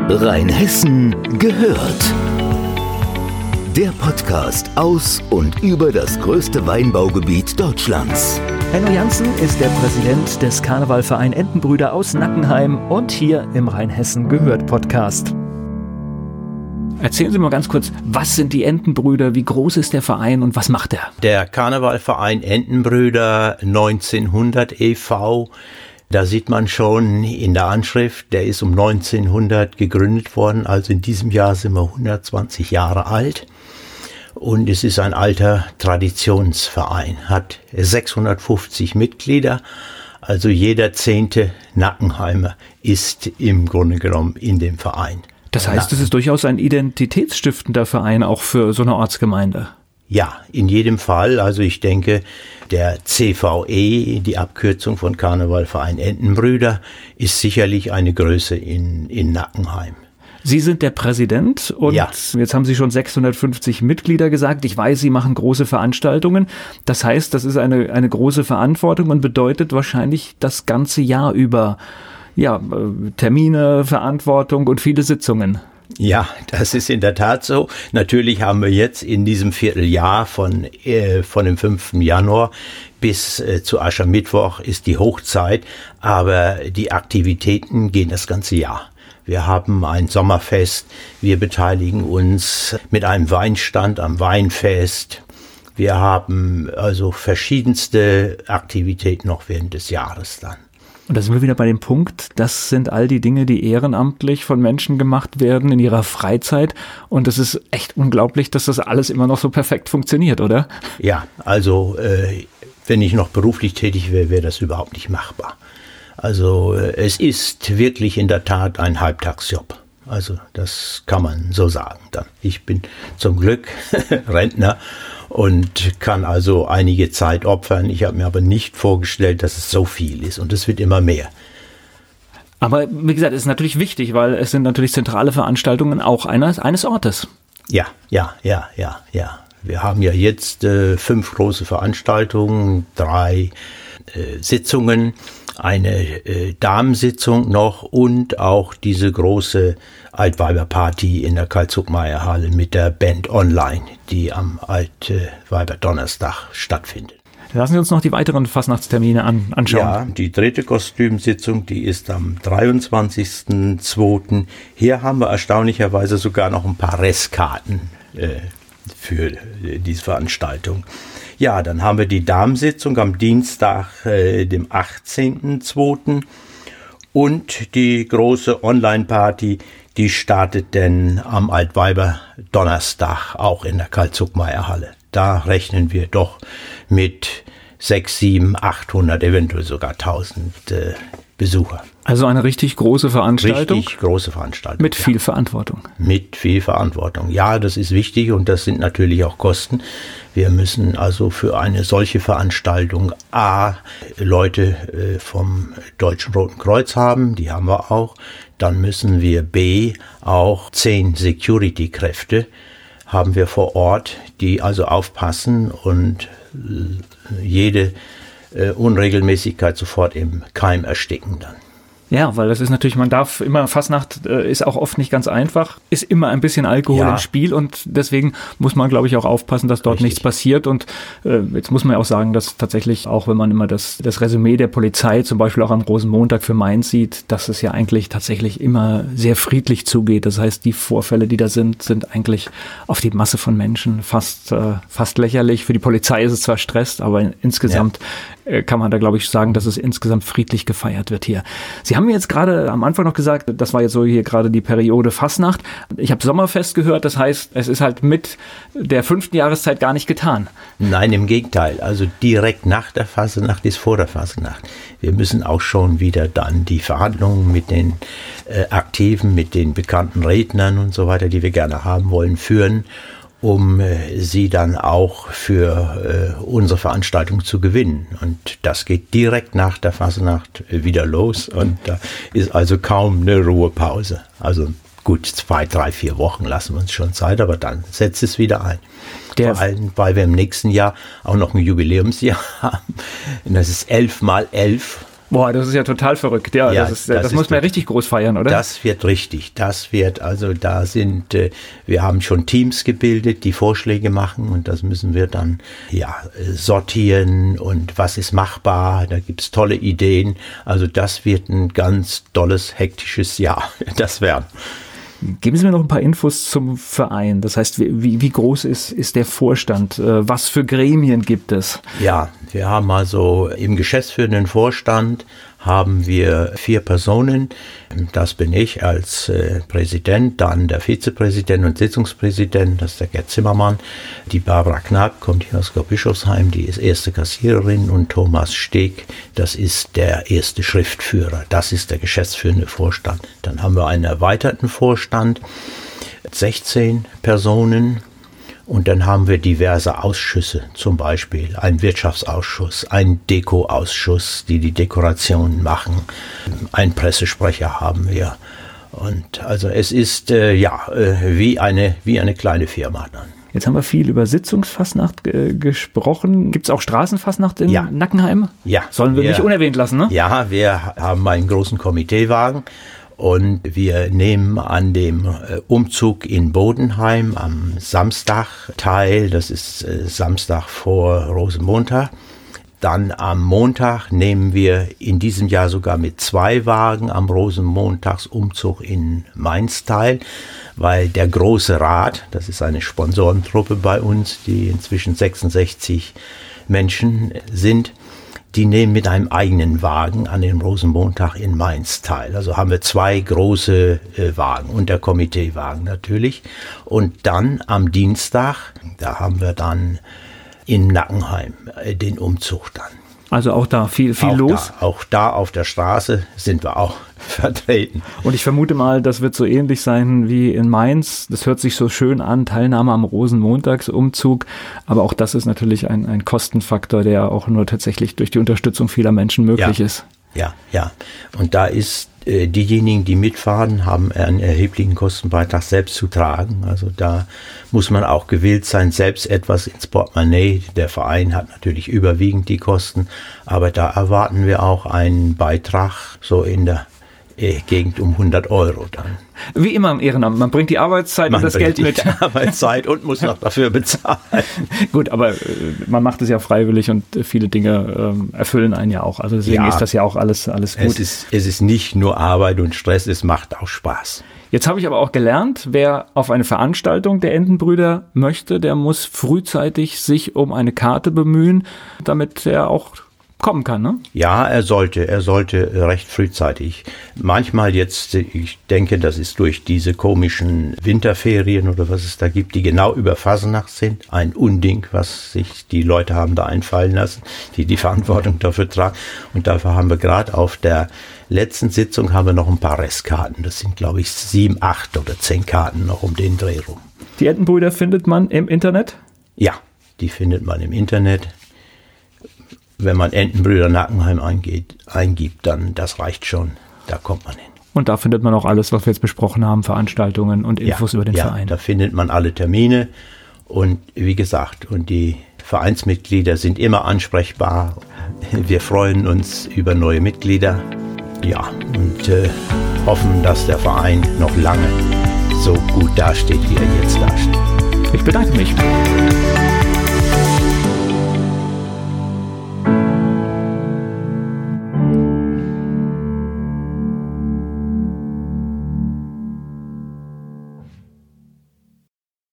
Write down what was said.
Rheinhessen gehört. Der Podcast aus und über das größte Weinbaugebiet Deutschlands. Enno Janssen ist der Präsident des Karnevalverein Entenbrüder aus Nackenheim und hier im Rheinhessen gehört Podcast. Erzählen Sie mal ganz kurz, was sind die Entenbrüder, wie groß ist der Verein und was macht er? Der Karnevalverein Entenbrüder 1900 e.V., da sieht man schon in der Anschrift, der ist um 1900 gegründet worden, also in diesem Jahr sind wir 120 Jahre alt. Und es ist ein alter Traditionsverein, hat 650 Mitglieder, also jeder 10. Nackenheimer ist im Grunde genommen in dem Verein. Das heißt, es ist durchaus ein identitätsstiftender Verein, auch für so eine Ortsgemeinde. Ja, in jedem Fall. Also ich denke, der CVE, die Abkürzung von Karnevalverein Entenbrüder, ist sicherlich eine Größe in Nackenheim. Sie sind der Präsident und ja. Jetzt haben Sie schon 650 Mitglieder gesagt. Ich weiß, Sie machen große Veranstaltungen. Das heißt, das ist eine große Verantwortung und bedeutet wahrscheinlich das ganze Jahr über Termine, Verantwortung und viele Sitzungen. Ja, das ist in der Tat so. Natürlich haben wir jetzt in diesem Vierteljahr von dem 5. Januar bis zu Aschermittwoch ist die Hochzeit, aber die Aktivitäten gehen das ganze Jahr. Wir haben ein Sommerfest, wir beteiligen uns mit einem Weinstand am Weinfest. Wir haben also verschiedenste Aktivitäten noch während des Jahres dann. Und da sind wir wieder bei dem Punkt, das sind all die Dinge, die ehrenamtlich von Menschen gemacht werden in ihrer Freizeit. Und es ist echt unglaublich, dass das alles immer noch so perfekt funktioniert, oder? Ja, also wenn ich noch beruflich tätig wäre, wäre das überhaupt nicht machbar. Also es ist wirklich in der Tat ein Halbtagsjob. Also das kann man so sagen dann. Ich bin zum Glück Rentner und kann also einige Zeit opfern. Ich habe mir aber nicht vorgestellt, dass es so viel ist und es wird immer mehr. Aber wie gesagt, es ist natürlich wichtig, weil es sind natürlich zentrale Veranstaltungen auch eines Ortes. Ja. Wir haben ja jetzt 5 große Veranstaltungen, 3 Sitzungen, eine Damensitzung noch und auch diese große Altweiberparty in der Karl-Zuckmayer-Halle mit der Band Online, die am Altweiberdonnerstag stattfindet. Lassen Sie uns noch die weiteren Fastnachtstermine anschauen. Ja, die 3. Kostümsitzung, die ist am 23.02. Hier haben wir erstaunlicherweise sogar noch ein paar Restkarten für diese Veranstaltung. Ja, dann haben wir die Damensitzung am Dienstag, dem 18.02. und die große Online-Party, die startet denn am Altweiber-Donnerstag auch in der Karl-Zuckmayer-Halle. Da rechnen wir doch mit 600, 700, 800, eventuell sogar 1000 Besucher. Also eine richtig große Veranstaltung? Richtig große Veranstaltung. Mit viel Verantwortung. Mit viel Verantwortung. Ja, das ist wichtig und das sind natürlich auch Kosten. Wir müssen also für eine solche Veranstaltung Leute vom Deutschen Roten Kreuz haben, die haben wir auch. Dann müssen wir auch 10 Security-Kräfte haben wir vor Ort, die also aufpassen und jede Unregelmäßigkeit sofort im Keim ersticken dann. Ja, weil das ist natürlich, man darf immer, Fastnacht ist auch oft nicht ganz einfach, ist immer ein bisschen Alkohol im Spiel und deswegen muss man, glaube ich, auch aufpassen, dass dort nichts passiert und jetzt muss man ja auch sagen, dass tatsächlich, auch wenn man immer das Resümee der Polizei zum Beispiel auch am Rosenmontag für Mainz sieht, dass es ja eigentlich tatsächlich immer sehr friedlich zugeht. Das heißt, die Vorfälle, die da sind eigentlich auf die Masse von Menschen fast lächerlich. Für die Polizei ist es zwar Stress, aber insgesamt kann man da, glaube ich, sagen, dass es insgesamt friedlich gefeiert wird hier. Sie haben mir jetzt gerade am Anfang noch gesagt, das war jetzt so hier gerade die Periode Fastnacht. Ich habe Sommerfest gehört, das heißt, es ist halt mit der 5. Jahreszeit gar nicht getan. Nein, im Gegenteil. Also direkt nach der Fasnacht ist vor der Fasnacht. Wir müssen auch schon wieder dann die Verhandlungen mit den Aktiven, mit den bekannten Rednern und so weiter, die wir gerne haben wollen, führen, um sie dann auch für unsere Veranstaltung zu gewinnen. Und das geht direkt nach der Fasnacht wieder los und da ist also kaum eine Ruhepause. Also gut, 2, 3, 4 Wochen lassen wir uns schon Zeit, aber dann setzt es wieder ein. Vor allem, weil wir im nächsten Jahr auch noch ein Jubiläumsjahr haben. Und das ist 11 mal 11 Boah, das ist ja total verrückt. Ja, das muss man ja richtig groß feiern, oder? Das wird richtig. Wir haben schon Teams gebildet, die Vorschläge machen und das müssen wir dann sortieren und was ist machbar. Da gibt's tolle Ideen. Also das wird ein ganz tolles, hektisches Jahr. Das werden. Geben Sie mir noch ein paar Infos zum Verein. Das heißt, wie groß ist der Vorstand? Was für Gremien gibt es? Ja, wir haben also im geschäftsführenden Vorstand haben wir 4 Personen. Das bin ich als Präsident, dann der Vizepräsident und Sitzungspräsident, das ist der Gerd Zimmermann. Die Barbara Knapp kommt hier aus Gott-Bischofsheim, die ist erste Kassiererin und Thomas Steg, das ist der erste Schriftführer. Das ist der geschäftsführende Vorstand. Dann haben wir einen erweiterten Vorstand, 16 Personen. Und dann haben wir diverse Ausschüsse, zum Beispiel ein Wirtschaftsausschuss, ein Dekoausschuss, die Dekorationen machen, einen Pressesprecher haben wir. Und also es ist wie eine kleine Firma dann. Jetzt haben wir viel über Sitzungsfastnacht gesprochen. Gibt es auch Straßenfastnacht in Nackenheim? Ja. Sollen wir nicht unerwähnt lassen, ne? Ja, wir haben einen großen Komiteewagen. Und wir nehmen an dem Umzug in Bodenheim am Samstag teil. Das ist Samstag vor Rosenmontag. Dann am Montag nehmen wir in diesem Jahr sogar mit 2 Wagen am Rosenmontagsumzug in Mainz teil, weil der Große Rat, das ist eine Sponsorentruppe bei uns, die inzwischen 66 Menschen sind, die nehmen mit einem eigenen Wagen an dem Rosenmontag in Mainz teil. Also haben wir 2 große Wagen und der Komiteewagen natürlich. Und dann am Dienstag, da haben wir dann in Nackenheim den Umzug dann. Also auch da viel los? Auch da auf der Straße sind wir auch vertreten. Und ich vermute mal, das wird so ähnlich sein wie in Mainz. Das hört sich so schön an, Teilnahme am Rosenmontagsumzug. Aber auch das ist natürlich ein Kostenfaktor, der auch nur tatsächlich durch die Unterstützung vieler Menschen möglich ist. Ja. Und da ist diejenigen, die mitfahren, haben einen erheblichen Kostenbeitrag selbst zu tragen. Also da muss man auch gewillt sein, selbst etwas ins Portemonnaie. Der Verein hat natürlich überwiegend die Kosten, aber da erwarten wir auch einen Beitrag so in der Gegend um 100 € dann. Wie immer im Ehrenamt, man bringt die Arbeitszeit und das Geld mit. Die Arbeitszeit und muss noch dafür bezahlen. Gut, aber man macht es ja freiwillig und viele Dinge erfüllen einen ja auch. Also deswegen ist das ja auch alles gut. Es ist nicht nur Arbeit und Stress, es macht auch Spaß. Jetzt habe ich aber auch gelernt, wer auf eine Veranstaltung der Entenbrüder möchte, der muss frühzeitig sich um eine Karte bemühen, damit er auch kommen kann, ne? Ja, er sollte recht frühzeitig. Manchmal jetzt, ich denke, das ist durch diese komischen Winterferien oder was es da gibt, die genau über Fasnacht sind, ein Unding, was sich die Leute haben da einfallen lassen, die Verantwortung dafür tragen. Und dafür haben wir gerade auf der letzten Sitzung haben wir noch ein paar Restkarten. Das sind, glaube ich, 7, 8 oder 10 Karten noch um den Dreh rum. Die Entenbrüder findet man im Internet? Ja, die findet man im Internet. Wenn man Entenbrüder Nackenheim eingibt, dann das reicht schon, da kommt man hin. Und da findet man auch alles, was wir jetzt besprochen haben, Veranstaltungen und Infos über den Verein. Ja, da findet man alle Termine und wie gesagt, und die Vereinsmitglieder sind immer ansprechbar. Wir freuen uns über neue Mitglieder, ja, und hoffen, dass der Verein noch lange so gut dasteht, wie er jetzt dasteht. Ich bedanke mich.